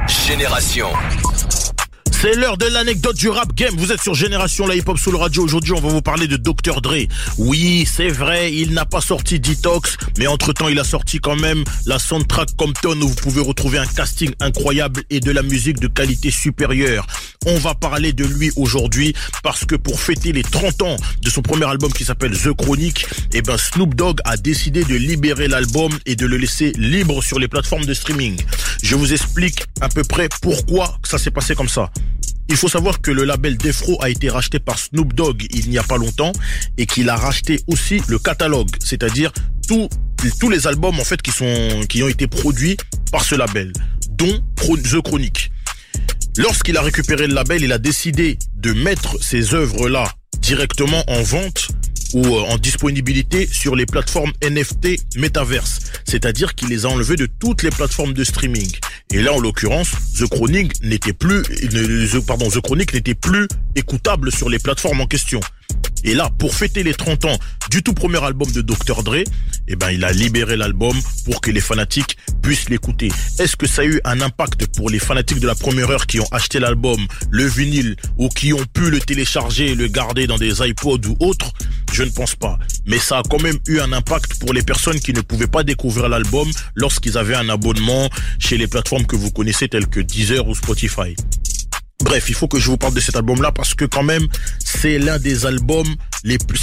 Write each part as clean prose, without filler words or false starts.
Génération. C'est l'heure de l'anecdote du rap game. Vous êtes sur Génération, la hip-hop Soul Radio. Aujourd'hui, on va vous parler de Dr. Dre. Oui, c'est vrai, il n'a pas sorti Detox, mais entre-temps, il a sorti quand même la soundtrack Compton, où vous pouvez retrouver un casting incroyable et de la musique de qualité supérieure. On va parler de lui aujourd'hui parce que pour fêter les 30 ans de son premier album qui s'appelle The Chronic, Snoop Dogg a décidé de libérer l'album et de le laisser libre sur les plateformes de streaming. Je vous explique à peu près pourquoi ça s'est passé comme ça. Il faut savoir que le label Death Row a été racheté par Snoop Dogg il n'y a pas longtemps et qu'il a racheté aussi le catalogue, c'est-à-dire tous les albums en fait qui ont été produits par ce label, dont The Chronic. Lorsqu'il a récupéré le label, il a décidé de mettre ces œuvres-là directement en vente ou en disponibilité sur les plateformes NFT Metaverse, c'est-à-dire qu'il les a enlevés de toutes les plateformes de streaming. Et là, en l'occurrence, The Chronic n'était plus écoutable sur les plateformes en question. Et là, pour fêter les 30 ans du tout premier album de Dr. Dre, il a libéré l'album pour que les fanatiques puissent l'écouter. Est-ce que ça a eu un impact pour les fanatiques de la première heure qui ont acheté l'album, le vinyle, ou qui ont pu le télécharger et le garder dans des iPods ou autres? Je ne pense pas. Mais ça a quand même eu un impact pour les personnes qui ne pouvaient pas découvrir l'album lorsqu'ils avaient un abonnement chez les plateformes que vous connaissez telles que Deezer ou Spotify. Bref, il faut que je vous parle de cet album-là parce que quand même, c'est l'un des albums les plus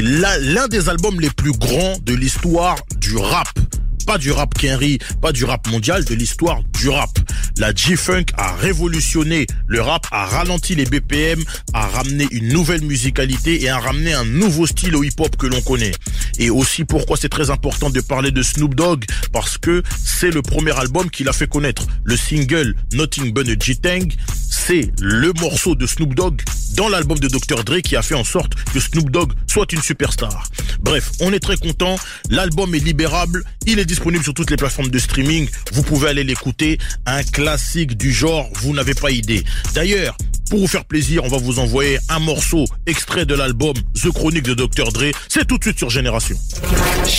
grands de l'histoire du rap. Pas du rap Kenry, pas du rap mondial, de l'histoire du rap. La G-Funk a révolutionné le rap, a ralenti les BPM, a ramené une nouvelle musicalité et a ramené un nouveau style au hip-hop que l'on connaît. Et aussi pourquoi c'est très important de parler de Snoop Dogg, parce que c'est le premier album qu'il a fait connaître. Le single Nothing But a G-Tang, c'est le morceau de Snoop Dogg dans l'album de Dr. Dre qui a fait en sorte que Snoop Dogg soit une superstar. Bref, on est très content, l'album est libérable, il est disponible sur toutes les plateformes de streaming, vous pouvez aller l'écouter, un classique du genre, vous n'avez pas idée. D'ailleurs, pour vous faire plaisir, on va vous envoyer un morceau extrait de l'album The Chronic de Dr. Dre, c'est tout de suite sur Génération.